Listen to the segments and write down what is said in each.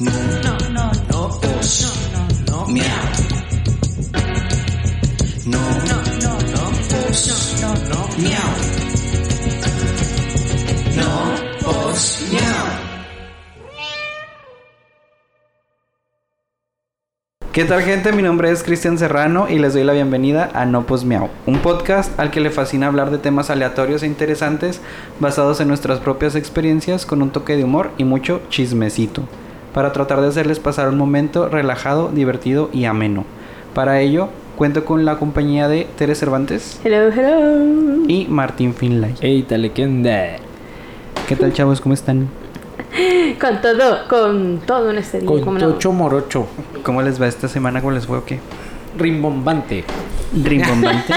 No, os, miau. No, os, miau. No, os, miau. ¿Qué tal, gente? Mi nombre es Cristian Serrano y les doy la bienvenida a No Pos Miau, un podcast al que le fascina hablar de temas aleatorios e interesantes basados en nuestras propias experiencias con un toque de humor y mucho chismecito, para tratar de hacerles pasar un momento relajado, divertido y ameno. Para ello, cuento con la compañía de Tere Cervantes. Hello. Y Martín Finlay. Ey, dale, ¿qué onda? ¿Qué tal, chavos? ¿Cómo están? Con todo en este día. Con ¿cómo no? tocho morocho. ¿Cómo les va esta semana? ¿Cómo les fue o qué? Rimbombante. Rimbombante.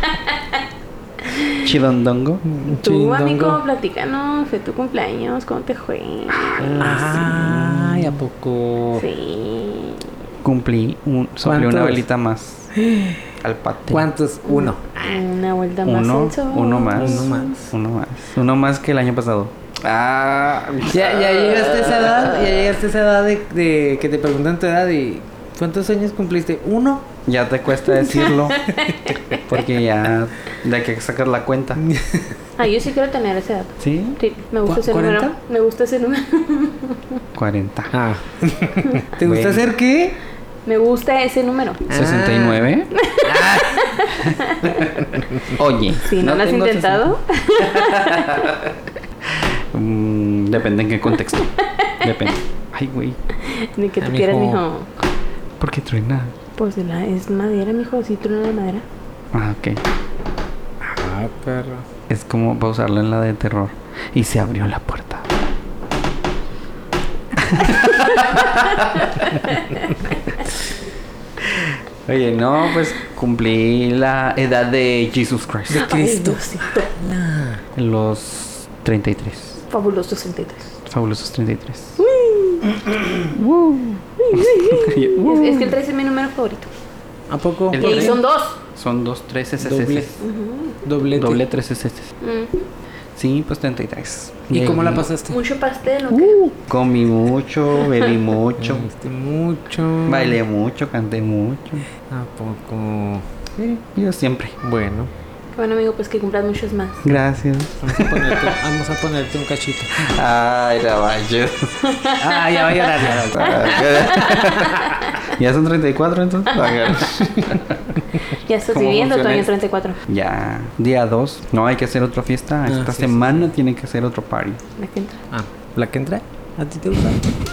Chidondongo. Tú, amigo, platícanos. Fue tu cumpleaños. ¿Cómo te fue? Ay, ¿a poco? Sí. Cumplí soplé una ¿Cuántos? velita más al patio. ¿Cuántos? Uno. Una vuelta más al sol. Uno más. Uno más. Uno más que el año pasado. Ya llegaste a esa edad. Ya llegaste a esa edad de que te preguntan tu edad y ¿cuántos años cumpliste? ¿Uno? Ya te cuesta decirlo. Porque ya hay que sacar la cuenta. Yo sí quiero tener esa edad. ¿Sí? Sí, me gusta ese 40? número. Me gusta ese número. 40. Ah. ¿Te gusta Bueno. hacer qué? Me gusta ese número. 69. Oye. Si no lo has tengo intentado. Depende en qué contexto. Depende. Ay, güey. Ni que tú mijo. quieras, mijo. ¿Por qué truena? Pues es madera, mijo. Sí, truena de madera. Ah, ok. Ah, perro. Es como pausarla en la de terror. Y se abrió la puerta. Oye, no, pues cumplí la edad de Jesus Christ. De Cristo. Ay, Diosito. Los 33. Fabuloso 63. Fabulosos 33. Es que el 3 es mi número favorito. ¿A poco? El Y ahí tres. son dos. Son dos 13 Doble. SS. Doblete. Doble 13 SS. Mm. Sí, pues 33. ¿Y cómo la ahí pasaste? Mucho pastel, ¿o qué? Comí mucho, bebí mucho, Comiste mucho. bailé mucho, canté mucho. ¿A poco? Yo siempre. Bueno, Qué bueno, amigo, pues que cumplas muchos más. Gracias. vamos a ponerte un cachito. Ay, la vaya. Ah, ya va a llorar, ya va a llorar. Ya son 34 entonces. Ya estás ¿Cómo viviendo tu funciona año eso? 34. Ya, día 2. No, hay que hacer otra fiesta. Esta sí, semana tiene que hacer otro party. La que entra. Ah, ¿la que entra? ¿A ti te gusta?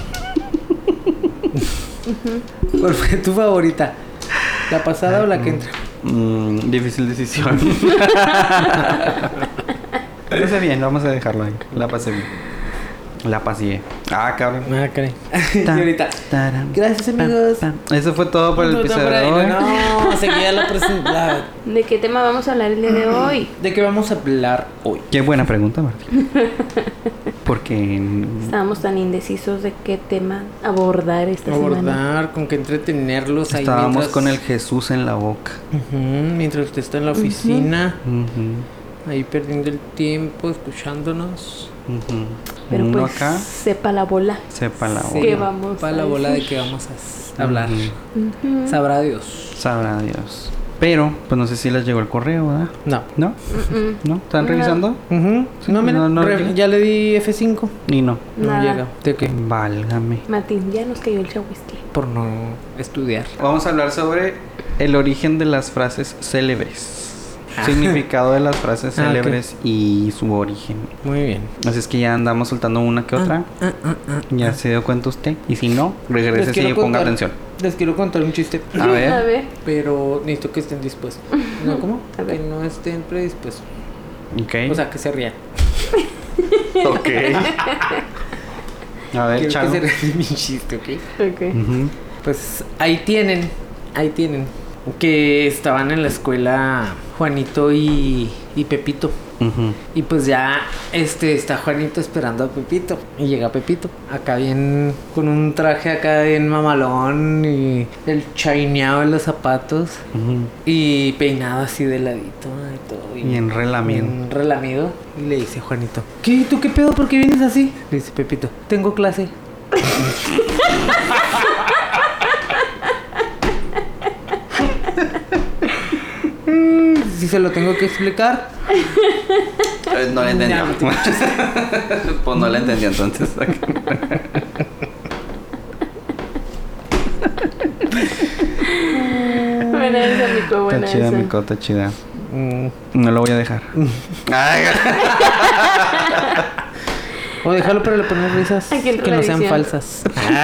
¿Cuál fue tu favorita? ¿La pasada o la que entra? Difícil decisión. La pasé bien, vamos a dejarlo ahí. La pasé bien. La pasé. Ah, cabrón. Ah, caray. Y ahorita. Gracias, amigos. Eso fue todo por el episodio de hoy. No, seguía la presentación. ¿De qué tema vamos a hablar el día de hoy? ¿De qué vamos a hablar hoy? Qué buena pregunta, Martín. Porque Estábamos tan indecisos de qué tema abordar esta semana. Abordar, con qué entretenerlos ahí estábamos mientras... con el Jesús en la boca. Ujú, mientras usted está en la oficina, Ujú, ahí perdiendo el tiempo, escuchándonos. ujú. Pero Uno pues acá, sepa la bola. sepa la ¿Qué bola. vamos Para a la bola de decir? qué vamos a hablar. Ujú. Sabrá Dios. Sabrá Dios. Pero, pues no sé si les llegó el correo, ¿verdad? No. ¿No? ¿No? ¿Están No. revisando? Sí, no, mira, no llega. ya le di F5. Y no. No Nada. llega. ¿De qué? Válgame. Martín, ya nos cayó el chahuistle. Por no estudiar. Vamos a hablar sobre el origen de las frases célebres. Ah. Significado de las frases Ah, ok. célebres y su origen. Muy bien. Así es que ya andamos soltando una que otra. ¿Ya se dio cuenta usted? Y si no, regrese y ponga atención. Les quiero contar un chiste. A ver. A ver. Pero necesito que estén dispuestos. ¿No? ¿Cómo? A ver. Que no estén predispuestos. Ok. O sea, que se rían. Ok. A ver, Quiero chavo. que se rían de mi chiste, ¿ok? Ok. Ujú. Pues ahí tienen. Que estaban en la escuela Juanito y Pepito. Ujú. Y pues ya está Juanito esperando a Pepito. Y llega Pepito. Acá bien con un traje acá bien mamalón. Y el chaineado en los zapatos. Ujú. Y peinado así de ladito y todo. Bien relamido. Bien relamido. Y le dice Juanito: ¿Qué? ¿Tú qué pedo? ¿Por qué vienes así? Le dice Pepito: tengo clase. Si se lo tengo que explicar. No le entendió. Pues no le entendió entonces. Buena esa, Mico, buena Está chida, esa. Mico, está chida. No lo voy a dejar. Ay, O déjalo, pero le pones risas Aquí entra que la no sean edición. falsas.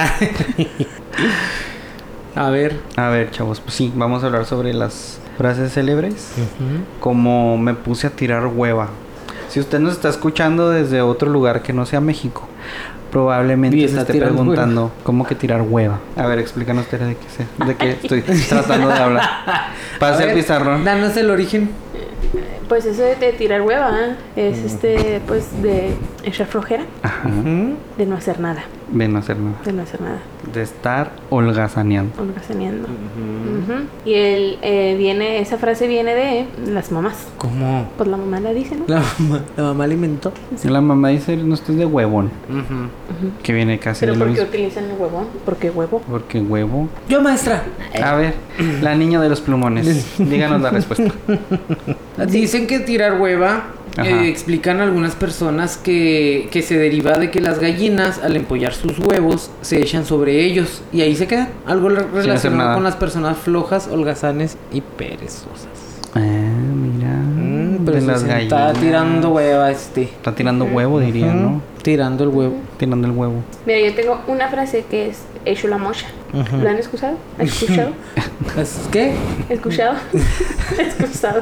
A ver. a ver, chavos, pues sí, vamos a hablar sobre las frases célebres. Como me puse a tirar hueva. Si usted nos está escuchando desde otro lugar que no sea México, probablemente Y se está esté tirando preguntando cómo que tirar hueva. A ver, explícanos ustedes de qué estoy tratando de hablar. Pase A el ver, pizarrón. Danos el origen. Pues eso de tirar hueva, es pues de echar flojera, Ajá. de no hacer nada, De no hacer nada. de no hacer nada, De estar holgazaneando. holgazaneando. Y esa frase viene de las mamás. ¿Cómo? Pues la mamá la dice, ¿no? La mamá alimentó. La mamá dice, no estés de huevón. Que viene casi Pero de lo ¿por qué mismo. utilizan el huevón? ¿Por qué huevo? Porque huevo. Yo, maestra. A ver, la niña de los plumones. Díganos la respuesta. Dicen que tirar hueva Ajá. explican algunas personas que se deriva de que las gallinas al empollar sus huevos se echan sobre ellos y ahí se quedan. Algo hacer relacionado nada. con las personas flojas, holgazanes y perezosas. Ah, mira. Pero de las sí, gallinas. está tirando hueva Está tirando huevo, diría, ¿no? Tirando el huevo. Tirando el huevo. Mira, yo tengo una frase que es hecho la mocha. ¿La han escuchado? ¿Escuchado? ¿Es qué? ¿Escuchado? ¿Escuchado?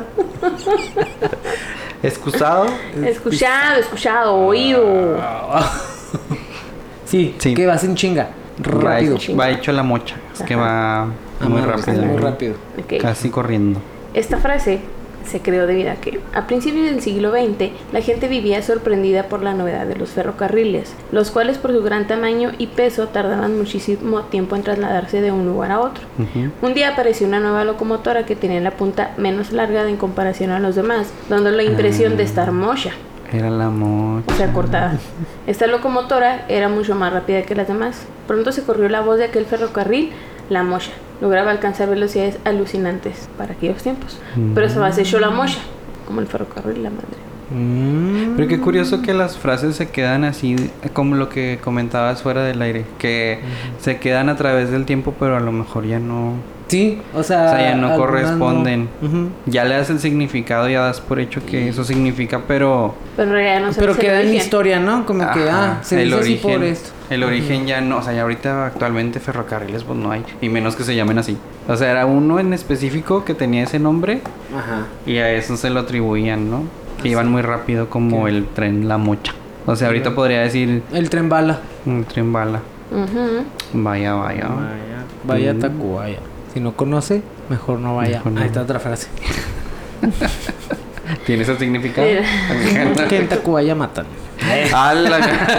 ¿Excusado? Escuchado, oído. Sí, Sí. que vas en chinga. Rápido. Va hecho la mocha. Es que va muy rápido. Muy rápido. Ok. Casi corriendo. Esta frase se creó debido a que a principios del siglo XX la gente vivía sorprendida por la novedad de los ferrocarriles, los cuales por su gran tamaño y peso tardaban muchísimo tiempo en trasladarse de un lugar a otro. Ujú. Un día apareció una nueva locomotora que tenía la punta menos larga en comparación a los demás, dando la impresión de estar mocha, Era la mocha. o sea, cortada. Esta locomotora era mucho más rápida que las demás. Pronto se corrió la voz de aquel ferrocarril, la mocha. Lograba alcanzar velocidades alucinantes para aquellos tiempos. Pero se echó la mocha, como el ferrocarril, la madre. Pero qué curioso que las frases se quedan así, como lo que comentabas fuera del aire, que se quedan a través del tiempo, pero a lo mejor ya no, Sí, o sea, ya no algunas corresponden. no. Ujú. Ya le das el significado, ya das por hecho que eso significa, pero Pero en realidad no se Pero dice queda el en origen. historia, ¿no? Como que, ajá, se dice así por esto. el origen ya no, o sea, ya ahorita actualmente ferrocarriles pues no hay, y menos que se llamen así. O sea, era uno en específico que tenía ese nombre Ajá. y a eso se lo atribuían, ¿no? Que iban muy rápido como el tren La Mocha. O sea, ahorita podría decir El tren bala. un tren bala. Ujú. Vaya, vaya. Vaya Tacubaya. Si no conoce, mejor no vaya. Mejor no. Ahí está otra frase. ¿Tiene ese significado? Que en Tacubaya matan. ¡Hala!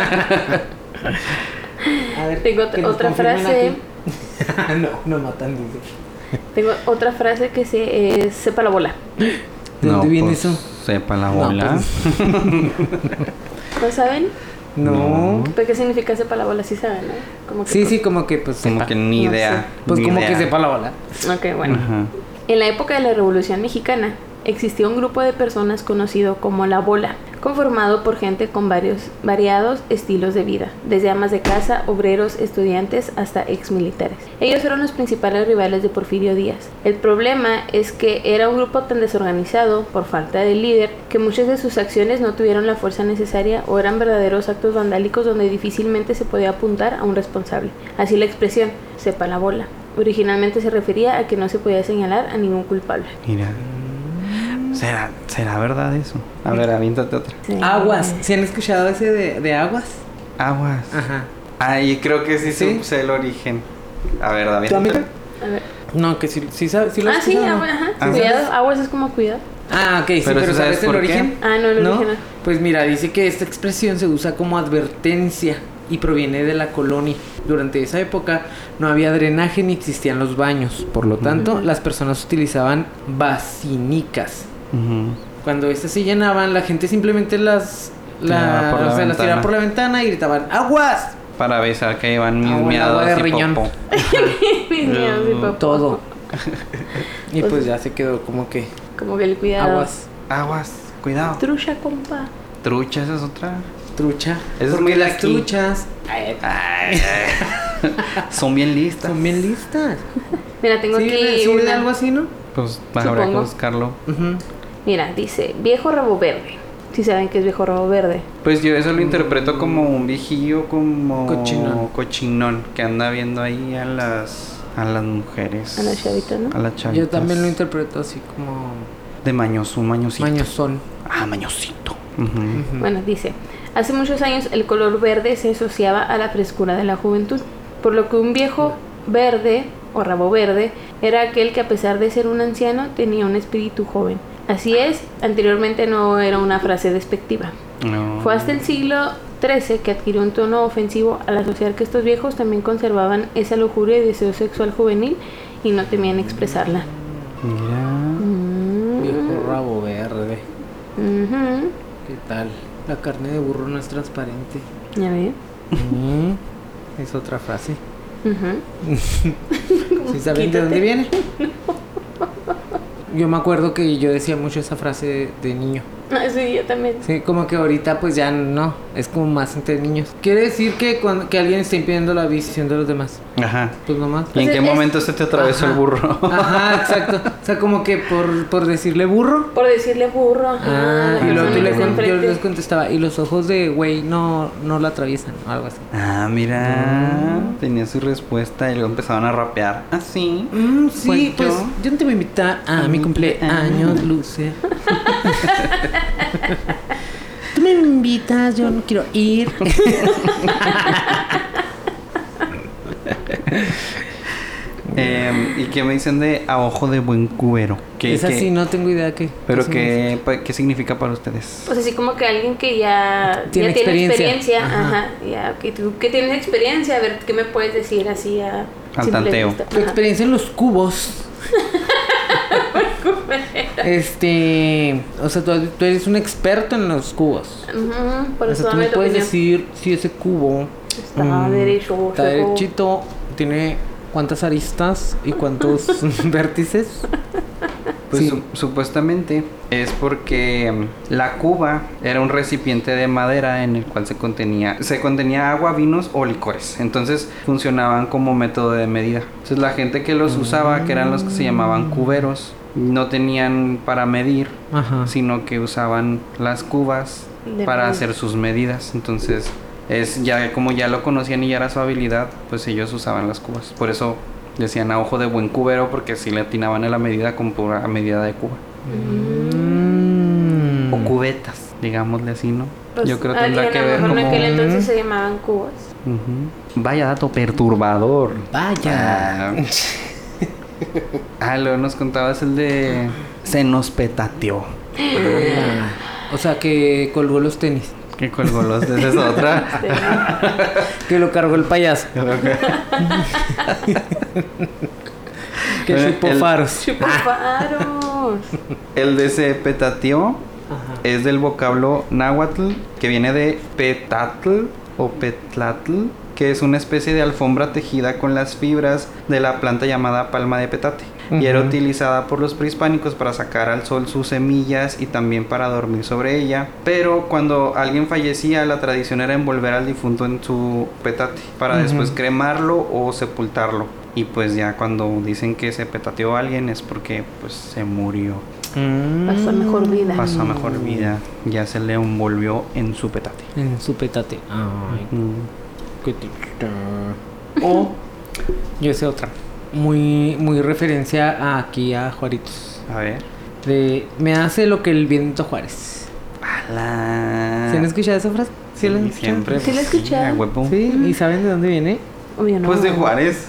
A ver, Tengo que nos otra confirmen frase. aquí. No matan, dice. Tengo otra frase que sepa la bola. ¿De dónde viene pues, eso? Sepa la No, bola. ¿No saben? No. ¿Pero qué significa sepa la bola? Sí saben, ¿no? Como que Sí, sí, como que pues Como sepa. que ni No idea. sé. Pues ni como idea. que sepa la bola. Ok, bueno. Ajá. En la época de la Revolución Mexicana existía un grupo de personas conocido como la bola, conformado por gente con variados estilos de vida, desde amas de casa, obreros, estudiantes hasta exmilitares. Ellos fueron los principales rivales de Porfirio Díaz. El problema es que era un grupo tan desorganizado por falta de líder que muchas de sus acciones no tuvieron la fuerza necesaria o eran verdaderos actos vandálicos donde difícilmente se podía apuntar a un responsable. Así la expresión sepa la bola originalmente se refería a que no se podía señalar a ningún culpable. Mira. ¿Será verdad eso? A ver, aviéntate otra. Sí. Aguas. ¿Sí han escuchado ese de aguas? Aguas. Ajá. Ay, creo que sí, ¿Sí? sé el origen. A ver, David. ¿Tu amiga? A ver. No, que sí sabes. Sí lo has Ah, sí, escuchado, ¿no? ajá. Ah, Cuidado, aguas es como cuidado. Ah, ok, sí, Pero pero ¿sí ¿sabes sabes el por qué? origen? Ah, no, el origen no. Pues mira, dice que esta expresión se usa como advertencia y proviene de la colonia. Durante esa época no había drenaje ni existían los baños. Por lo tanto, las personas utilizaban basinicas. Ujú. Cuando estas se llenaban, la gente simplemente las Tiraba por la tiraba ventana. por la ventana y gritaban ¡aguas! para avisar que iban mis Ah, bueno, miados agua de y riñón. popó. Mis miedos y popó. Todo. Y pues ya se quedó como que Como que el cuidado. aguas, Aguas, cuidado. Trucha, compa. Trucha, esa es otra. trucha. Eso es Porque muy de las aquí. truchas Ay, son bien listas. son bien listas. Mira, tengo Sí, aquí sí, una. algo así, ¿no? Pues habrá que Supongo. buscarlo. Ujú. Mira, dice, viejo rabo verde. Si saben qué es viejo rabo verde. Pues yo eso lo interpreto como un viejillo, como Cochinón. que anda viendo ahí a las mujeres. A las chavitas, ¿no? A las chavitas. Yo también lo interpreto así como De mañoso, un mañosito. mañosón. Ah, mañosito. Ujú. Ujú. Bueno, dice, hace muchos años el color verde se asociaba a la frescura de la juventud, por lo que un viejo verde o rabo verde era aquel que a pesar de ser un anciano tenía un espíritu joven. Así es, anteriormente no era una frase despectiva. No. Fue hasta el siglo XIII que adquirió un tono ofensivo al asociar que estos viejos también conservaban esa lujuria y deseo sexual juvenil y no temían expresarla. Mira. Viejo rabo verde. Ujú. ¿Qué tal? La carne de burro no es transparente. Ya ve. Es otra frase. Ujú. ¿Sí saben de dónde viene? Yo me acuerdo que yo decía mucho esa frase de niño. Ah, sí, yo también. Sí, como que ahorita pues ya no, es como más entre niños. Quiere decir que cuando que alguien está impidiendo la visión de los demás. Ajá. Pues nomás. ¿Y en qué es- momento se te atravesó el Ajá. burro? Ajá, exacto. O sea, como que por decirle burro. Por decirle burro. ajá, Ah, la y luego persona tú que le está yo enfrente. les contestaba, y los ojos de güey no la atraviesan, o algo así. Ah, mira. Tenía su respuesta y luego empezaban a rapear. Ah, sí. Sí, pues yo no te voy a invitar a mi mi cumpleaños, Luce. Tú me invitas, yo no quiero ir. ¿Y qué me dicen de a ojo de buen cubero? ¿Qué, Es así, no tengo idea qué. ¿Pero qué qué significa para ustedes? Pues así como que alguien que ya Tiene ya tiene experiencia. experiencia, Ajá. ajá, ya que tú que tienes experiencia, a ver qué me puedes decir así a Al simple tanteo. vista? Tu Ajá. experiencia en los cubos. O sea, tú eres un experto en los cubos. Ujú, por O eso sea, tú dame me tu puedes opinión. decir si ese cubo Está derecho, está chueco. derechito, tiene cuántas aristas y cuántos vértices. Pues Sí. supuestamente es porque la cuba era un recipiente de madera en el cual se contenía agua, vinos o licores. Entonces funcionaban como método de medida. Entonces la gente que los usaba, que eran los que se llamaban cuberos, no tenían para medir, Ajá. sino que usaban las cubas De para modo. hacer sus medidas. Entonces es ya como ya lo conocían y ya era su habilidad, pues ellos usaban las cubas. Por eso decían a ojo de buen cubero, porque así le atinaban a la medida con pura medida de cuba. Mm. O cubetas, digámosle así, ¿no? Pues, Yo creo que a tendrá que ver lo mejor como... en aquel entonces se llamaban cubos. Ujú. Vaya dato perturbador. Vaya. Luego nos contabas el de... Se nos petateó. O sea, que colgó los tenis. Que colgó los de esa es otra. Que lo cargó el payaso. Que chupó faros. Chupafaros. El de se petateó Ajá. es del vocablo náhuatl, que viene de petatl o petlatl, que es una especie de alfombra tejida con las fibras de la planta llamada palma de petate. Y era Ujú. utilizada por los prehispánicos para sacar al sol sus semillas y también para dormir sobre ella. Pero cuando alguien fallecía, la tradición era envolver al difunto en su petate para Ujú. después cremarlo o sepultarlo. Y pues ya cuando dicen que se petateó a alguien es porque pues se murió. Pasó a mejor vida. Pasó a mejor vida. Ya se le envolvió en su petate. En su petate. Ay, Mm. qué triste. O yo sé otra. Muy referencia a aquí a Juaritos. A ver. De me hace lo que el viento Juárez. ¡Hala! ¿Se han escuchado esa frase? Sí, la han escuchado? siempre. Sí la he pues, escuchado. a huevo. Sí, ¿y saben de dónde viene? Obvio no. Pues de Juárez.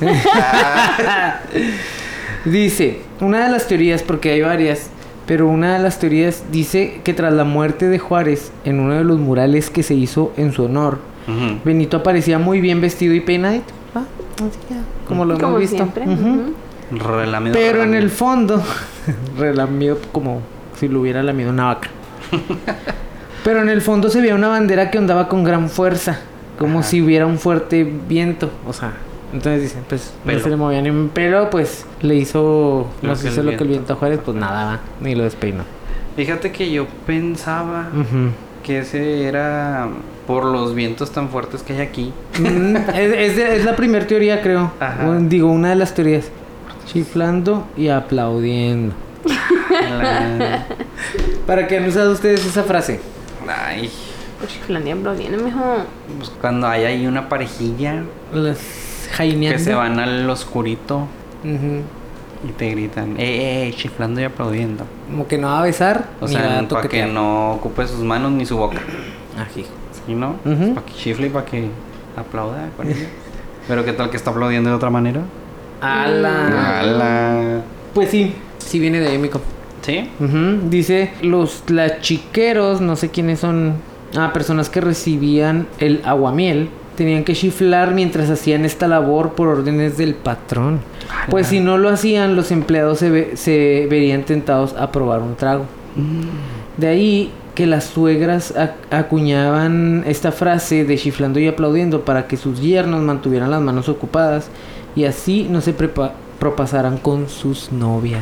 Dice, una de las teorías, porque hay varias, pero una de las teorías dice que tras la muerte de Juárez, en uno de los murales que se hizo en su honor, Ujú. Benito aparecía muy bien vestido y peinadito. Así ya, como lo hemos Como visto. siempre. Ujú. Ujú. Relamido, Pero en relamido. el fondo, relamido como si lo hubiera lamido una vaca. Pero en el fondo se veía una bandera que ondaba con gran fuerza. como Ajá. si hubiera un fuerte viento, o sea, entonces dicen, pues Pelo. no se le movía ni un pelo, pues le hizo, Lo nos que hizo el lo que el viento. viento a Juárez, pues nada, va, ni lo despeinó. Fíjate que yo pensaba Ujú. que ese era por los vientos tan fuertes que hay aquí. Es la primera teoría, creo. Ajá. Digo, una de las teorías. Chiflando y aplaudiendo. La- ¿Para qué han usado ustedes esa frase? Ay, Pues chiflando y aplaudiendo, mijo. pues cuando hay ahí una parejilla Las jaineando. que se van al oscurito Ujú. y te gritan, chiflando y aplaudiendo. Como que no va a besar, O ni sea, va a para que toquetear. no ocupe sus manos ni su boca. Ají. ¿Sí, no? Ujú. Para que chifle y para que aplauda con ella. Pero ¿qué tal que está aplaudiendo de otra manera? ¡Hala! ¡Hala! Pues sí, sí viene de ahí, mico. ¿Sí? Ujú. Dice, los tlachiqueros, no sé quiénes son, personas que recibían el aguamiel, tenían que chiflar mientras hacían esta labor por órdenes del patrón. ¡Hala! Pues si no lo hacían, los empleados se verían tentados a probar un trago. De ahí que las suegras acuñaban esta frase de chiflando y aplaudiendo para que sus yernos mantuvieran las manos ocupadas y así no se propasaran con sus novias.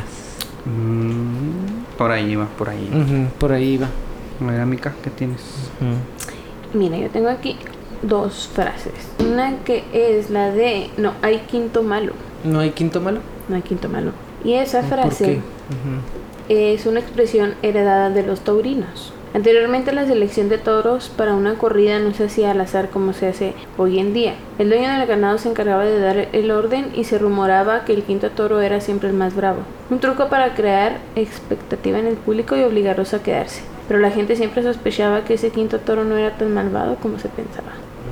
Por ahí va, por ahí. Ujú, por ahí va. Mira, Mica, ¿qué tienes? Ujú. Mira, yo tengo aquí dos frases. Una que es la de no hay quinto malo. ¿No hay quinto malo? No hay quinto malo. Y esa ¿Por frase qué? Ujú. es una expresión heredada de los taurinos. Anteriormente la selección de toros para una corrida no se hacía al azar como se hace hoy en día. El dueño del ganado se encargaba de dar el orden y se rumoraba que el quinto toro era siempre el más bravo. Un truco para crear expectativa en el público y obligarlos a quedarse. Pero la gente siempre sospechaba que ese quinto toro no era tan malvado como se pensaba.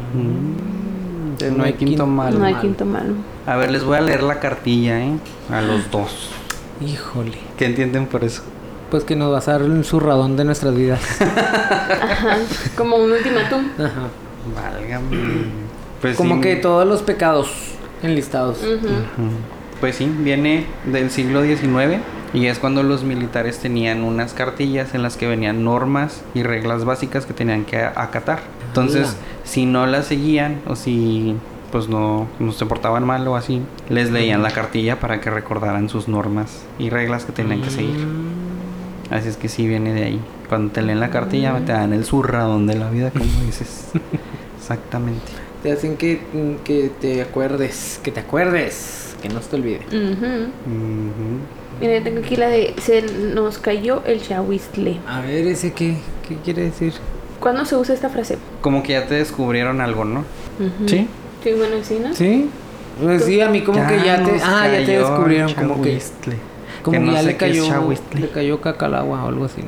No hay quinto malo. No hay quinto malo. A ver, les voy a leer la cartilla, ¿eh? A los dos. Híjole. ¿Qué entienden por eso? Pues que nos va a dar el zurradón de nuestras vidas. Ajá, como un ultimátum. Ajá. Válgame. Pues Como sí, que todos los pecados enlistados. Ujú. Pues sí, viene del siglo XIX y es cuando los militares tenían unas cartillas en las que venían normas y reglas básicas que tenían que acatar. Entonces, Ala. si no las seguían o si pues no se portaban mal o así, les leían la cartilla para que recordaran sus normas y reglas que tenían que seguir. Así es que sí viene de ahí. Cuando te leen la cartilla te dan el zurradón de la vida, como dices. Exactamente. Te hacen que te acuerdes, que no se te olvide. Ujú. Ujú. Mira, yo tengo aquí la de se nos cayó el chahuiztle. A ver, ¿ese qué quiere decir? ¿Cuándo se usa esta frase? Como que ya te descubrieron algo, ¿no? Ujú. Sí. Sí, bueno, sí, ¿no? ¿Sí? Pues sí, a mí como que ya te... nos ya te cayó descubrieron, el como que... chahuiztle. Como que no ya sé le qué es cayó... chahuiztle. Le cayó caca al agua o algo así,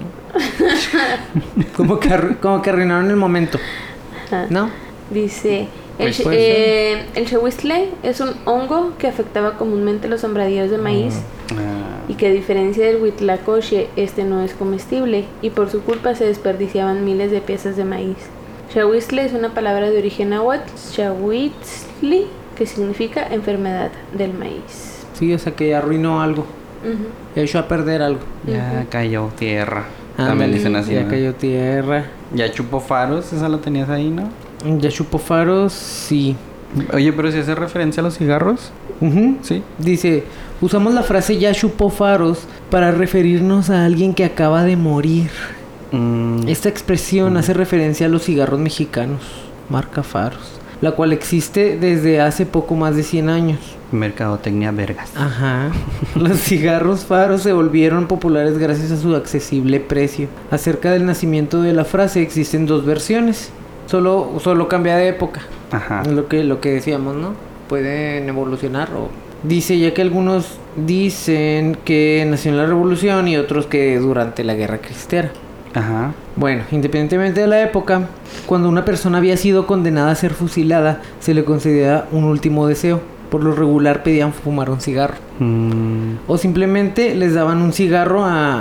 ¿no? como que arruinaron el momento, Ajá. ¿no? Dice, Pues el chahuiztle es un hongo que afectaba comúnmente los sembradíos de maíz Ah, y que a diferencia del huitlacoche, este no es comestible y por su culpa se desperdiciaban miles de piezas de maíz. Chahuiztle es una palabra de origen náhuatl, chahuitzli, que significa enfermedad del maíz. Sí, o sea que ya arruinó algo. Ujú. Ya echó a perder algo. ya cayó tierra. También Ándale, dicen así. Ya ¿no? cayó tierra. Ya chupó faros, esa la tenías ahí, ¿no? Ya chupó faros, sí. Oye, pero si hace referencia a los cigarros. Ujú. Sí. Dice, usamos la frase ya chupó faros para referirnos a alguien que acaba de morir. Esta expresión hace referencia a los cigarros mexicanos, marca Faros, la cual existe desde hace poco más de 100 años. Mercadotecnia vergas. Ajá. Los cigarros Faros se volvieron populares gracias a su accesible precio. Acerca del nacimiento de la frase existen dos versiones. Solo cambia de época. Ajá. Lo que decíamos, ¿no? Pueden evolucionar o... Dice, ya que algunos dicen que nació en la Revolución y otros que durante la Guerra Cristera. Ajá. Bueno, independientemente de la época, cuando una persona había sido condenada a ser fusilada, se le concedía un último deseo. Por lo regular pedían fumar un cigarro. O simplemente les daban un cigarro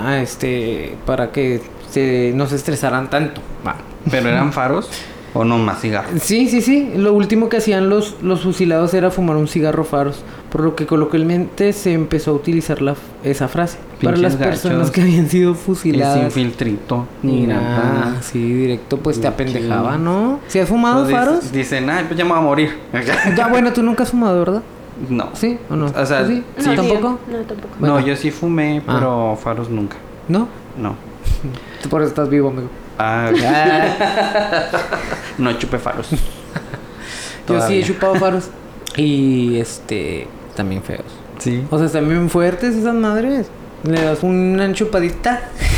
para que no se estresaran tanto. Va. ¿Pero eran faros o no más cigarros? Sí. Lo último que hacían los fusilados era fumar un cigarro Faros. Por lo que coloquialmente se empezó a utilizar esa frase. Para las Pinches personas gachos. que habían sido Y fusiladas. sin filtrito. Ni Mira, nada. sí, directo, pues te Pinche. apendejaba, ¿no? ¿Si has fumado Pues faros? Dicen, ay, pues ya me voy a morir. Ya, bueno, tú nunca has fumado, ¿verdad? No. ¿Sí o no? O sea, ¿Tú sí? No, ¿Tampoco? No, tampoco. Bueno. No, yo sí fumé, pero faros nunca. ¿No? No. Tú por eso estás vivo, amigo. Ah, no chupé faros. Yo sí Todavía. he chupado faros. Y también feos. Sí. O sea, están bien fuertes esas madres. Le das una chupadita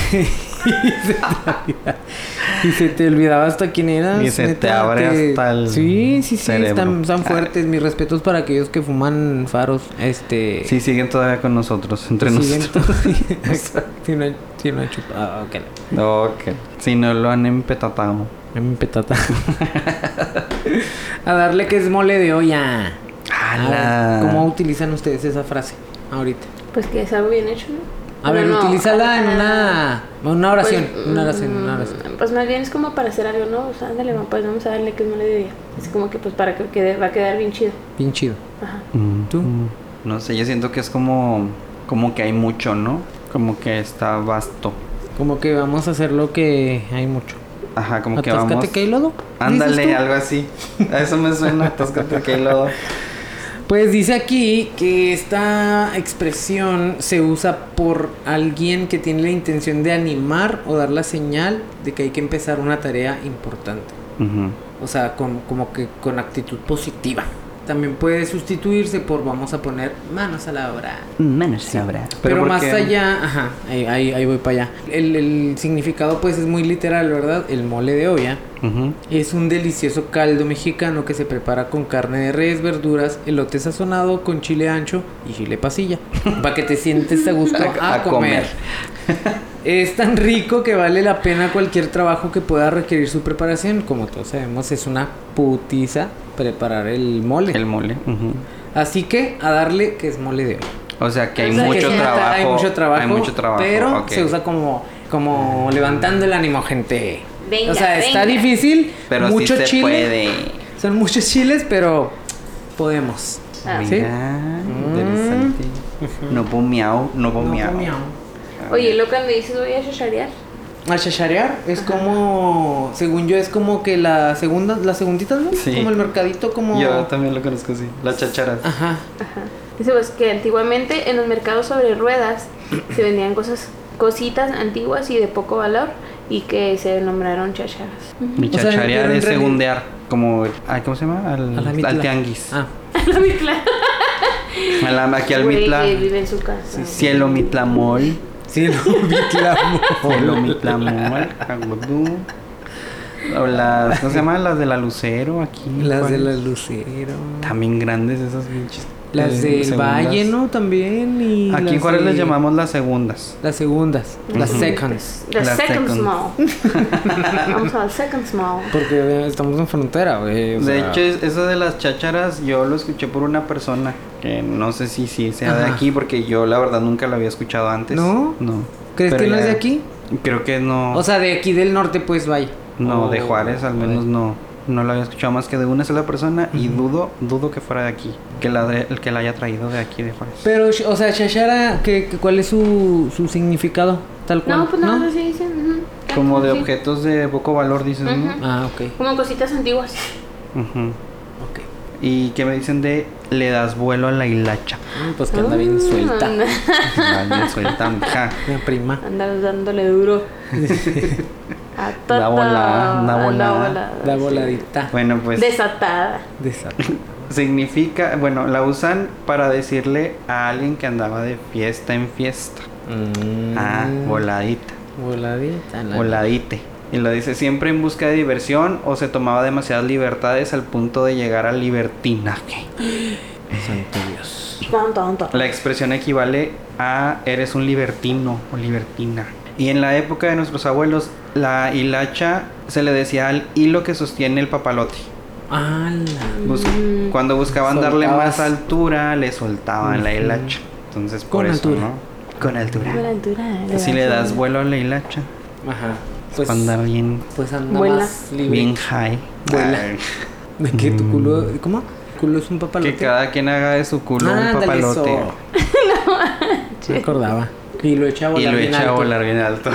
y se te olvidaba hasta quién eras. Y se te neta, abre hasta el Sí, cerebro. están fuertes. Mis respetos para aquellos que fuman faros. Sí, siguen todavía con nosotros, entre siguen nosotros. Si no han chupado. Ok. Ok. Si no lo han empetatado. Mi petata. A darle que es mole de olla. ¡Hala! ¿Cómo utilizan ustedes esa frase ahorita? Pues que es algo bien hecho, ¿no? A ver, Pero no, utilízala en ah, una oración. pues, Una oración. Pues más bien es como para hacer algo, ¿no? O sea, ándale, pues vamos a darle que es mole de olla. Es como que pues para que quede, va a quedar bien chido. Bien chido. Ajá. ¿Tú? No sé, yo siento que es como que hay mucho, ¿no? Como que está vasto. Como que vamos a hacer lo que hay mucho. Ajá, como que ¿Atáscate vamos. que hay lodo? Ándale, ¿Dices tú? algo así. A eso me suena, atáscate que hay lodo. Pues dice aquí que esta expresión se usa por alguien que tiene la intención de animar o dar la señal de que hay que empezar una tarea importante. Ujú. O sea, como que con actitud positiva. También puede sustituirse por vamos a poner manos a la obra. Menos sabrá. Pero más porque- allá, ajá, ahí voy para allá. El significado pues es muy literal, ¿verdad? El mole de olla Ujú. es un delicioso caldo mexicano que se prepara con carne de res, verduras, elote sazonado con chile ancho y chile pasilla. Para que te sientes a gusto a comer. Es tan rico que vale la pena cualquier trabajo que pueda requerir su preparación. Como todos sabemos, es una putiza preparar el mole. El mole. Ujú. Así que a darle que es mole de olla. O sea que hay O sea, mucho que sí, trabajo. Hay mucho trabajo. Hay mucho trabajo. Pero ok. se usa como levantando el ánimo, gente. Venga, o sea, está venga. difícil. Pero mucho sí se chile. puede. Son muchos chiles, pero podemos. Ah. ¿Sí? Mira, interesante. No puedo miau, no puedo No, miau. miau. Oye, lo cuando dices voy a chacharear. Al chacharear es como, según yo, es como que las segunditas, ¿no? Sí. Como el mercadito, como... Yo también lo conozco así. Las chacharas. Ajá. Ajá. Dice pues que antiguamente en los mercados sobre ruedas se vendían cositas antiguas y de poco valor y que se nombraron chacharas. Mi O sea, chacharear pero en es realidad- segundear. Como, ay, ¿cómo se llama? A la Al mitla. tianguis. Ah. La mitla. Aquí al Güey, mitla. que vive en su casa. Cielo mitlamol. Sí, lo vi, claro. Cielo mitlamol. Agudú. O las, ¿cómo se llaman? Las de la Lucero aquí. Las de la ¿cuáles? Lucero. También grandes esas pinches. Las del segundas. Valle, ¿no? También. Y Aquí en las Juárez de- les llamamos las segundas. Las segundas. Las Ujú. seconds. The La second second. small. Vamos al second small. Porque estamos en frontera, güey. o De sea, hecho, eso de las chácharas yo lo escuché por una persona que no sé si sea de Ajá. aquí porque yo la verdad nunca lo había escuchado antes. ¿No? No. ¿Crees Pero que no es ya- de aquí? Creo que no. O sea, de aquí del norte, pues, vaya. no, O- de Juárez al menos no. No lo había escuchado más que de una sola persona y dudo que fuera de aquí. El que la haya traído de aquí de Juárez. Pero, o sea, chachara, ¿cuál es su significado? Tal cual. No, pues no, así dicen. Ujú. Como de Sí. objetos de poco valor, dices, Ujú. ¿no? Ah, ok. Como cositas antiguas. Ujú. Ok. ¿Y qué me dicen de le das vuelo a la hilacha? Pues que anda bien suelta. Alguien suelta, mija. Mi prima. Andas dándole duro. A Da tota, volada, da anda volada. La sí. voladita. Bueno, pues Desatada. De esa. significa, bueno, la usan para decirle a alguien que andaba de fiesta en fiesta. Ah, voladita, Voladita. voladite. Y lo dice siempre en busca de diversión o se tomaba demasiadas libertades al punto de llegar al libertinaje. Santo Dios. Ton, ton, ton. La expresión equivale a eres un libertino o libertina. Y en la época de nuestros abuelos, la hilacha se le decía al hilo que sostiene el papalote. ¡Hala! Cuando buscaban darle Soltabas. más altura, le soltaban la hilacha. Entonces, por Con eso, altura. ¿no? Con altura. Con altura, Si le das vuelo a la hilacha, Ajá. pues para andar bien, Pues anda Vuela. más libre. bien high. Vuela. Ay, De que tu culo... ¿Cómo? Culo es un papalote. que cada quien haga de su culo un Ándale, papalote. eso. Me acordaba. Y lo echa a y volar lo bien echa a alto. volar bien alto.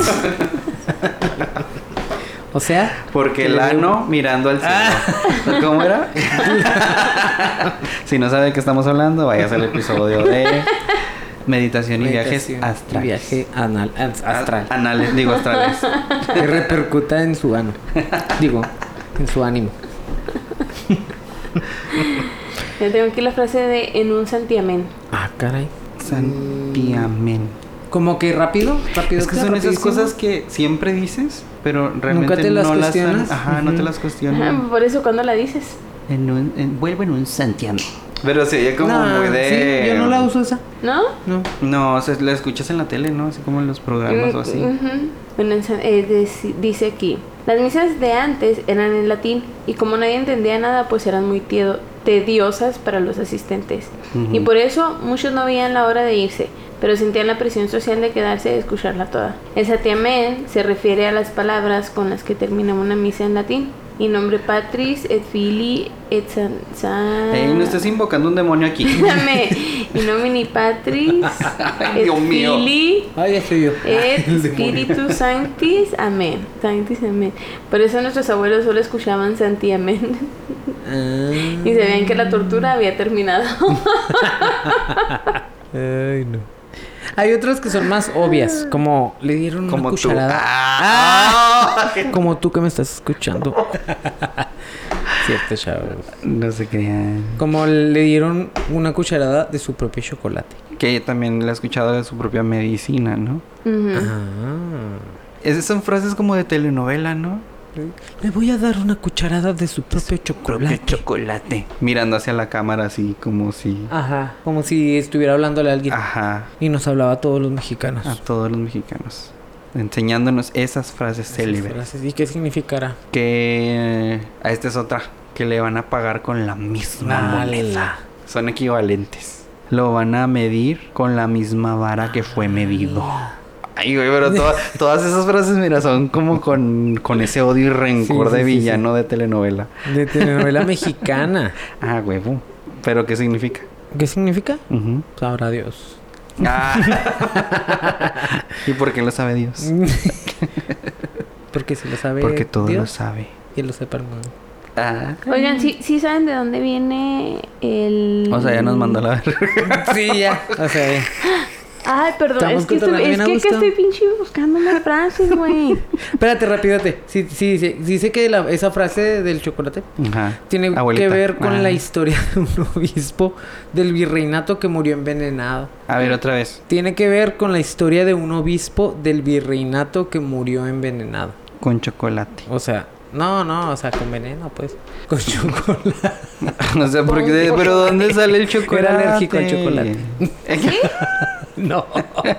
O sea... Porque que el le dio- ano mirando al cielo. ¿Cómo era? Si no sabe de qué estamos hablando, vayas al episodio de meditación y viajes Meditación y astrales. Viaje astral. Anales, digo astrales. Que repercuta en su ano. Digo, en su ánimo. Yo tengo aquí la frase de en un santiamén. Ah, caray. Santiamén. Como que rápido. Es que son esas rapidísimo. cosas que siempre dices, pero realmente te las no las cuestionas. ajá, no te Ujú. las Ajá, cuestionas. por eso cuando la dices. Vuelvo en un santiamén. Pero se oye como Nah, muy de... sí, yo no la uso esa. ¿No? No. No, o sea, la escuchas en la tele, ¿no? Así como en los programas o así. Ujú. Bueno, dice aquí, las misas de antes eran en latín y como nadie entendía nada, pues eran muy tediosas para los asistentes. Ujú. Y por eso muchos no veían la hora de irse, pero sentían la presión social de quedarse y escucharla toda. El santiamén se refiere a las palabras con las que termina una misa en latín. In nombre Patris et Filii et No estés invocando un demonio aquí. In nomine Patris Ay, et Dios mío. Filii Ay, ya soy yo. et Spiritus Sanctis, amén. Sanctis, amén. Por eso nuestros abuelos solo escuchaban Santi, amén. Y sabían que la tortura había terminado. Ay, no. Hay otras que son más obvias, como le dieron Como una tú. cucharada. Ah. Como tú que me estás escuchando. Cierto, chavos. No se crean. Como le dieron una cucharada de su propio chocolate. Que también le he escuchado de su propia medicina, ¿no? Ujú. Ah. Esas son frases como de telenovela, ¿no? Le voy a dar una cucharada de su propio chocolate. Chocolate. Mirando hacia la cámara así como si... Ajá. Como si estuviera hablándole a alguien. Ajá. Y nos hablaba a todos los mexicanos. A todos los mexicanos. Enseñándonos esas frases Esas célebres. frases. ¿Y qué significará? Que... esta es otra. Que le van a pagar con la misma moneda. Son equivalentes. Lo van a medir con la misma vara que fue medido. Ay, güey, pero todas esas frases, mira, son como con ese odio y rencor Sí, de sí, villano de telenovela. De telenovela mexicana. Ah, huevo. ¿Pero qué significa? ¿Qué significa? Ujú. Sabrá Dios. Ah. ¿Y por qué lo sabe Dios? Porque si lo sabe Porque todo Dios, lo sabe. y lo sepa el mundo. Ah. Oigan, ¿sí saben de dónde viene el...? O sea, ya nos mandó la verga. Sí, ya. O sea, Ay, perdón, Estamos es que contando bien a acá gusto. estoy pinche buscando unas frases, güey. espérate, rapidate. Sí, dice que esa frase del chocolate Ajá. tiene Abuelita. que ver con Ah. la historia de un obispo del virreinato que murió envenenado. A ver, otra vez. Tiene que ver con la historia de un obispo del virreinato que murió envenenado. Con chocolate. O sea, no, o sea, con veneno, pues. Con chocolate. No sé por qué, pero ¿dónde sale el chocolate? Era alérgico al chocolate. No.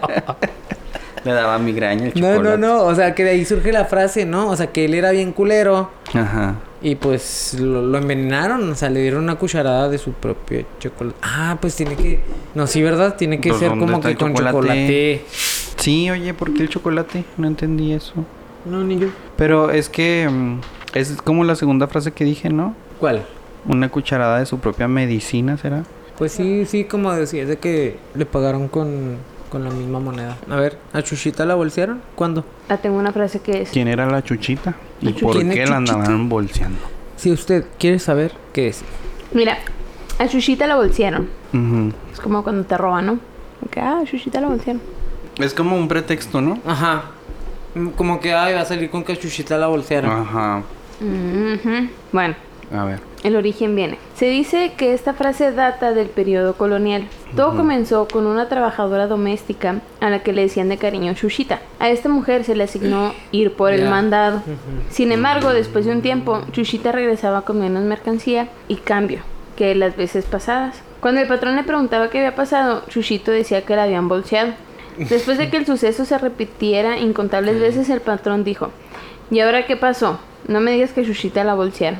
Le daba migraña el chocolate. No. O sea, que de ahí surge la frase, ¿no? O sea, que él era bien culero. Ajá. Y pues lo envenenaron. O sea, le dieron una cucharada de su propio chocolate. Ah, pues tiene que... No, sí, ¿verdad? Tiene que Pues, ser ¿dónde como está que el con chocolate? chocolate. Sí, oye, ¿por qué el chocolate? No entendí eso. No, ni yo. Pero es que es como la segunda frase que dije, ¿no? ¿Cuál? Una cucharada de su propia medicina, ¿será? Pues sí, como decías, de que le pagaron con la misma moneda. A ver, ¿a Chuchita la bolsearon? ¿Cuándo? Tengo una frase que es... ¿Quién era la chuchita? ¿Y por ¿Quién es qué la Chuchita? andaban bolseando? Si usted quiere saber qué es. Mira, a Chuchita la bolsearon. Ujú. Es como cuando te roban, ¿no? Que, a Chuchita la bolsearon. Es como un pretexto, ¿no? Ajá. Como que, ay, va a salir con que a Chuchita la bolsearon. Ajá. Ujú. Bueno, A ver. el origen viene. Se dice que esta frase data del periodo colonial. Todo comenzó con una trabajadora doméstica a la que le decían de cariño Chuchita. A esta mujer se le asignó ir por el Ya. mandado. Sin embargo, después de un tiempo, Chuchita regresaba con menos mercancía y cambio que las veces pasadas. Cuando el patrón le preguntaba qué había pasado, Chuchito decía que la habían bolseado. Después de que el suceso se repitiera incontables veces, el patrón dijo: ¿y ahora qué pasó? No me digas que Chuchita la bolsearon.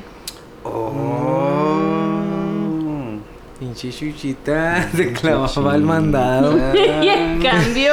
Oh. Pinche Chuchita se clavaba el mandado. Y en cambio...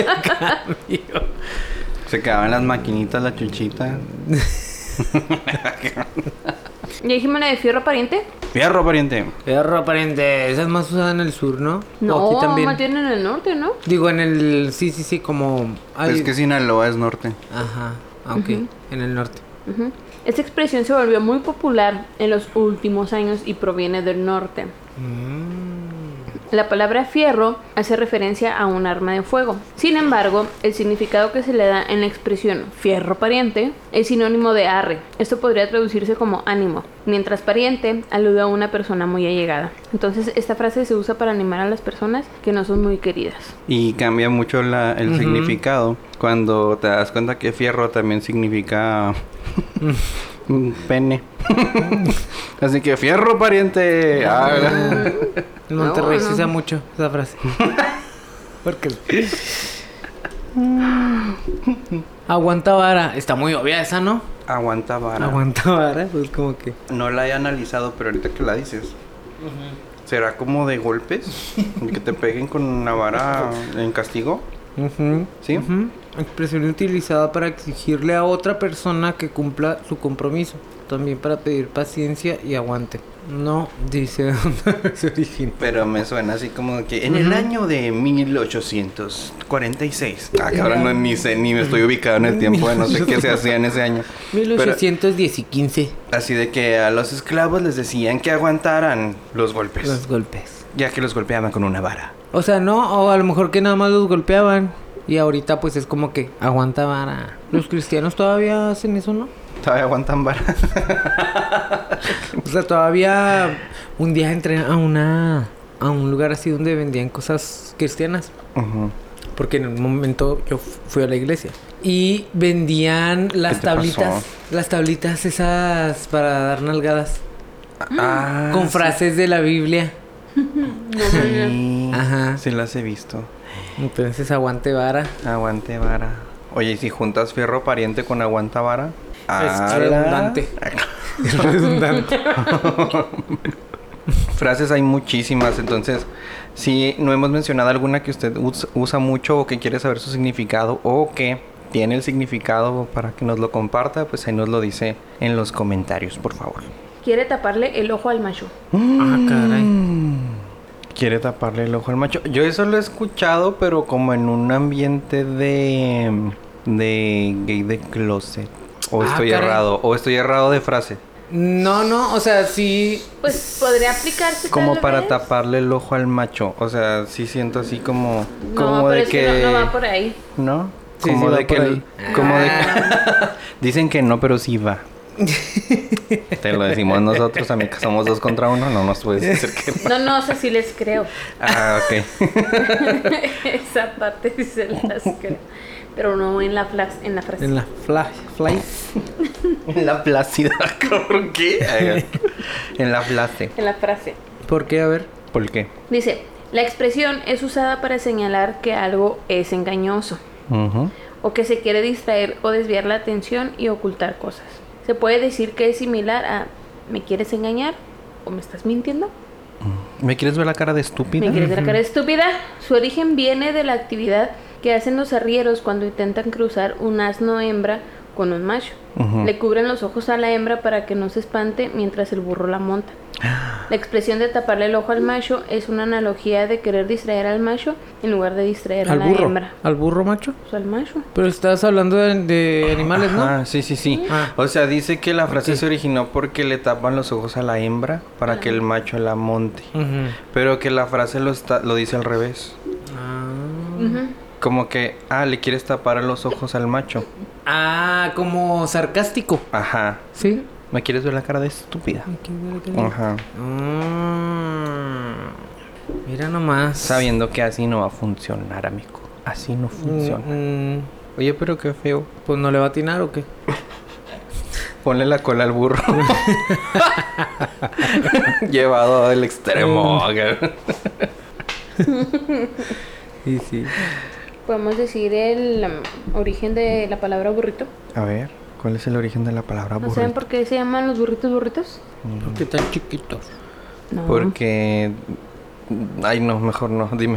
Se quedaban las maquinitas, la chuchita. ¿Ya dijimos la de fierro pariente? Fierro, pariente. Fierro, pariente. Esa es más usada en el sur, ¿no? No, O aquí también. más bien en el norte, ¿no? Digo, en el... Sí, como... Es que Sinaloa es norte. Ajá, ok. En el norte. Ujú. Esta expresión se volvió muy popular en los últimos años y proviene del norte. La palabra fierro hace referencia a un arma de fuego. Sin embargo, el significado que se le da en la expresión fierro pariente es sinónimo de arre. Esto podría traducirse como ánimo, mientras pariente alude a una persona muy allegada. Entonces, esta frase se usa para animar a las personas que no son muy queridas. Y cambia mucho el significado cuando te das cuenta que fierro también significa pene. Así que fierro, pariente. En Monterrey No. se usa mucho esa frase. Porque... Aguanta vara. Está muy obvia esa, ¿no? Aguanta vara. Aguanta vara, pues como que... No la he analizado, pero ahorita que la dices. ¿Será como de golpes? ¿Que te peguen con una vara en castigo? ¿Sí? Expresión utilizada para exigirle a otra persona que cumpla su compromiso. También para pedir paciencia y aguante. No dice de dónde se origina. Pero me suena así como que en el año de 1846. Ah, cabrón, no, ni sé, ni me estoy ubicado en el tiempo, no sé qué se hacía en ese año. 1810 y 15. Así de que a los esclavos les decían que aguantaran los golpes. Los golpes. Ya que los golpeaban con una vara. O sea, no, o a lo mejor que nada más los golpeaban. Y ahorita pues es como que aguanta vara. Los cristianos todavía hacen eso, ¿no? Todavía aguantan vara. O sea, todavía un día entré a un lugar así donde vendían cosas cristianas. Porque en un momento yo fui a la iglesia. Y vendían las ¿Qué te tablitas. pasó? Las tablitas esas para dar nalgadas. Con Sí. frases de la Biblia. Sí. Ajá. Sí las he visto. Entonces aguante vara. Aguante vara. Oye, ¿y si juntas fierro pariente con aguanta vara? Es redundante. Es redundante. Frases hay muchísimas, entonces si no hemos mencionado alguna que usted usa mucho o que quiere saber su significado o que tiene el significado para que nos lo comparta, pues ahí nos lo dice en los comentarios, por favor. Quiere taparle el ojo al macho. Ah, caray. Quiere taparle el ojo al macho. Yo eso lo he escuchado, pero como en un ambiente de gay de closet. O estoy caray. errado, o estoy errado de frase. No, o sea, sí. Pues podría aplicarse Como tal para vez. taparle el ojo al macho. O sea, sí siento así como No, pero es que no va por ahí. ¿No? Sí, Como sí va de por que ahí. como de dicen que no, pero sí va. Te lo decimos nosotros, amiga, somos 2 contra 1, no nos puedes decir que no. No, sé si les creo. Ah, ok. Esa parte sí se las creo. Pero no en la frase. En la fly. En la plácida, ¿por qué? En la frase. En la frase. ¿Por qué? A ver. ¿Por qué? Dice, la expresión es usada para señalar que algo es engañoso o que se quiere distraer o desviar la atención y ocultar cosas. Se puede decir que es similar a ¿me quieres engañar? ¿O me estás mintiendo? ¿Me quieres ver la cara de estúpida? ¿Me quieres ver la cara de estúpida? Su origen viene de la actividad que hacen los arrieros cuando intentan cruzar un asno hembra con un macho. Le cubren los ojos a la hembra para que no se espante mientras el burro la monta. La expresión de taparle el ojo al macho es una analogía de querer distraer al macho en lugar de distraer a ¿Al la burro? hembra. ¿Al burro, macho? Pues al macho. Pero estás hablando de animales, ¿no? Ah, sí. Ah. O sea, dice que la frase se originó porque le tapan los ojos a la hembra para que el macho la monte. Pero que la frase lo dice al revés. Como que, le quieres tapar los ojos al macho. Como sarcástico. Ajá. ¿Sí? ¿Me quieres ver la cara de estúpida? Ajá. Mira nomás. Sabiendo que así no va a funcionar, amigo. Así no funciona. Oye, pero qué feo. Pues no le va a atinar o qué. Ponle la cola al burro. Llevado al extremo. Sí, sí. Podemos decir el origen de la palabra burrito. A ver, ¿cuál es el origen de la palabra ¿No burrito? saben por qué se llaman los burritos? ¿Por qué tan chiquitos? No. Porque... Ay, no, mejor no, dime.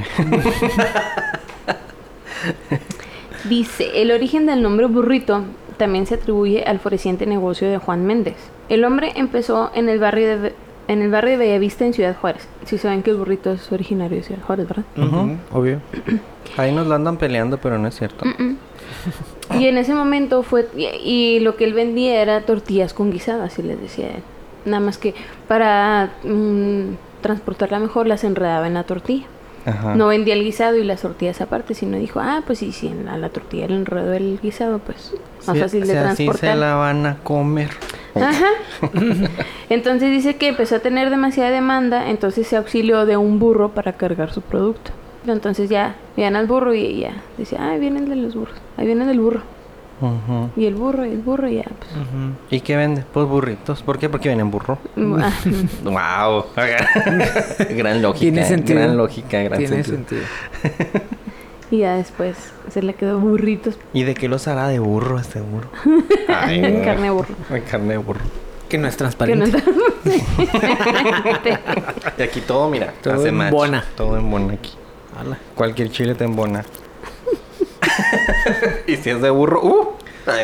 Dice, el origen del nombre burrito también se atribuye al floreciente negocio de Juan Méndez. El hombre empezó en el barrio en el barrio de Bellavista en Ciudad Juárez. Si saben que el burrito es originario de Ciudad Juárez, ¿verdad? Ujú, obvio. Ahí nos la andan peleando, pero no es cierto. Y en ese momento fue... Y lo que él vendía era tortillas con guisado, así les decía él. Nada más que para transportarla mejor las enredaba en la tortilla. Ajá. No vendía el guisado y las tortillas aparte, sino dijo, pues sí, si a la tortilla le enredó el guisado, pues más Sí, fácil de o sea, así transportar. se la van a comer. Ajá. Entonces dice que empezó a tener demasiada demanda, entonces se auxilió de un burro para cargar su producto. Entonces ya veían al burro y ya decía, vienen de los burros, ahí vienen del burro. Ujú. Y el burro, y ya, pues. ¿Y qué vende? Pues burritos. ¿Por qué? Porque vienen burro. Wow. Gran lógica. Tiene sentido. Gran lógica, gran Tiene sentido. sentido. Y ya después se le quedó burritos. ¿Y de qué los hará de burro este burro? Carne de burro. Ay, carne de burro. Que no es Que transparente. no Y aquí todo, mira, Todo hace en match. bona. Todo en bona aquí. Ala. Cualquier chile te embona. Y si es de burro,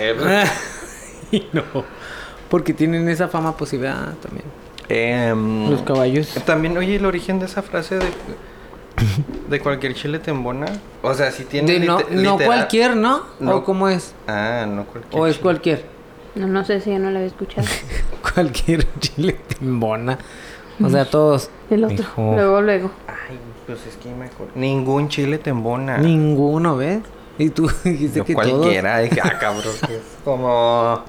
Y no. Porque tienen esa fama posible también. Los caballos. También, oye, el origen de esa frase de cualquier chile te embona. O sea, si tiene No literal- cualquier, ¿no? No. ¿O cómo es? No cualquier ¿O es chile. cualquier? No sé si yo no lo había escuchado. Cualquier chile te embona. O sea, todos. El otro. Mijo. Luego. Ay, pues es que mejor. Ningún chile te embona. Ninguno, ¿ves? Y tú dijiste Yo que cualquiera. Dije, cabrón, que es como...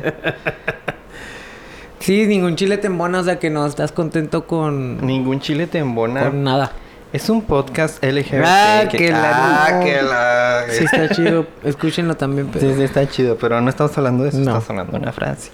Sí, ningún chile te embona, o sea que no estás contento con Ningún chile te embona. con nada. Es un podcast LGBT. Que la... que la... Sí, está chido. Escúchenlo también, pero... Sí, sí, está chido, pero no estamos hablando de eso, No. estamos hablando de una frase.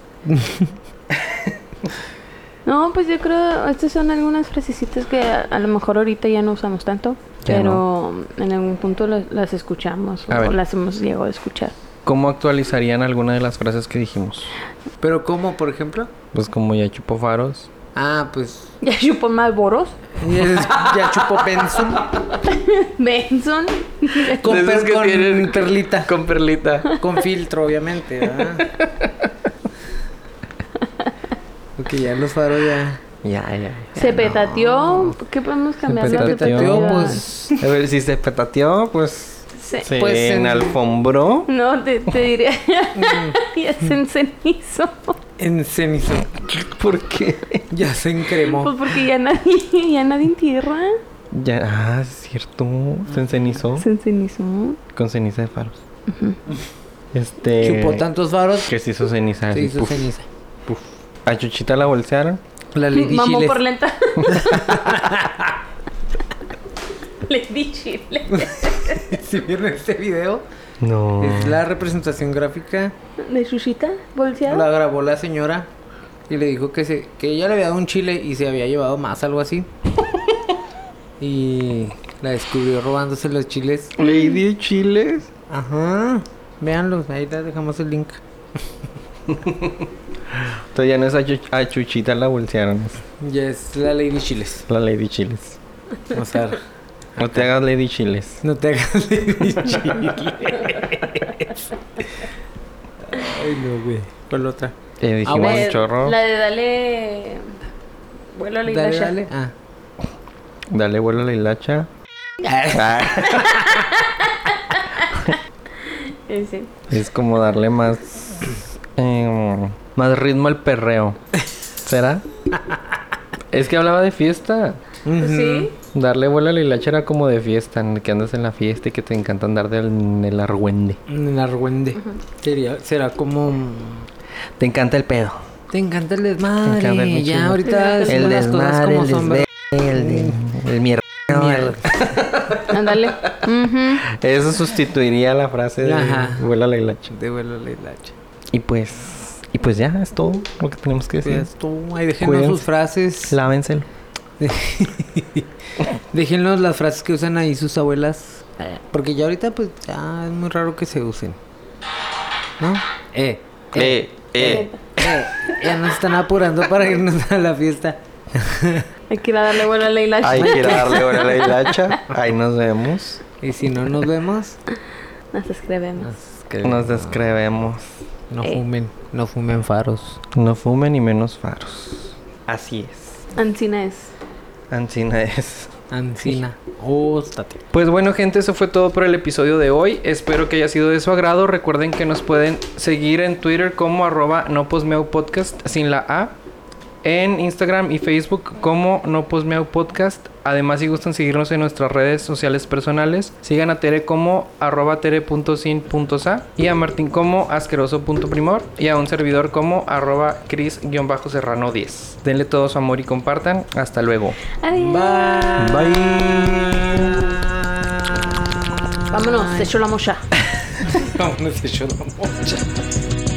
No, pues yo creo, estas son algunas frasecitas que a lo mejor ahorita ya no usamos tanto, Ya pero en algún punto las escuchamos A o ver. las hemos llegado a escuchar. ¿Cómo actualizarían alguna de las frases que dijimos? ¿Pero cómo, por ejemplo? Pues como ya chupó faros. Pues... ¿Ya chupó Malboros? Ya chupó Benson. Benson. Con, De esos que con tienen- perlita. Con perlita. Con filtro, obviamente, ¿verdad? Porque ya los faros ya... Ya. Se petateó. ¿Qué podemos cambiar? Se la petateó, petativa? pues... A ver, si se petateó, pues... Se- Se Pues, enalfombró. No, te diría. Ya se encenizó. En cenizo. ¿Por qué? Ya se encremó. Pues porque ya nadie entierra. Ya, es cierto. Se encenizó. Se encenizó. Con ceniza de faros. Chupó tantos faros Que se hizo ceniza. se así, hizo puf, ceniza. puf. A Chuchita la bolsearon. La Lady Mamó Chiles. por lenta. Lady Chile. ¿Sí vieron este video? No. Es la representación gráfica. ¿De Chuchita? ¿Bolseada? La grabó la señora y le dijo que ella le había dado un chile y se había llevado más, algo así. Y la descubrió robándose los chiles. Lady Chiles. Ajá. Véanlos, ahí les dejamos el link. Entonces ya no es a Chuchita la bolsearon. Es Ya es la Lady Chiles. la Lady Chiles. O sea, No te hagas Lady Chiles. no te hagas Lady Chiles. Ay, no, güey. ¿Cuál otra? Dijimos bueno. un chorro. La de dale. Vuelo a la Dale, hilacha. dale. Dale vuelo a la hilacha. Ese. Es como darle más más ritmo al perreo. ¿Será? Es que hablaba de fiesta. Sí. Darle vuelo a la hilacha era como de fiesta, en el que andas en la fiesta y que te encanta andar en el argüende. En el argüende. Será como... Te encanta el pedo. Te encanta el desmadre. Te encanta el ya mochila. ahorita El decimos las cosas como son. ¿verdad? el mierda. Ándale. Ujú. Eso sustituiría la frase de Ajá. vuelo a la hilacha. De vuelo a la hilacha. Y pues ya, es todo lo que tenemos que decir. Pues tú, ahí déjenos Cuídense. sus frases. Lávenselo. Déjenos las frases que usan ahí sus abuelas. Porque ya ahorita pues ya es muy raro que se usen. ¿No? Ya nos están apurando para irnos a la fiesta. Hay que ir a darle vuelo a la hilacha. Hay que darle vuelo a la hilacha. Ahí nos vemos. Y si no nos vemos, Nos escribimos. Nos descrevemos. No fumen faros. No fumen y menos faros. Así es. Ancina es. Ancina es. Ancina. Óstate. Pues bueno, gente, eso fue todo por el episodio de hoy. Espero que haya sido de su agrado. Recuerden que nos pueden seguir en Twitter como @noposmeaupodcast sin la A. En Instagram y Facebook como noposmeaupodcast. Además, si gustan seguirnos en nuestras redes sociales personales, sigan a Tere como @tere.sin.sa y a Martín como asqueroso.primor y a un servidor como @cris_serrano10. Denle todo su amor y compartan. Hasta luego. Adiós. Bye. Vámonos, se echó la mocha. Vámonos, se echó la mocha.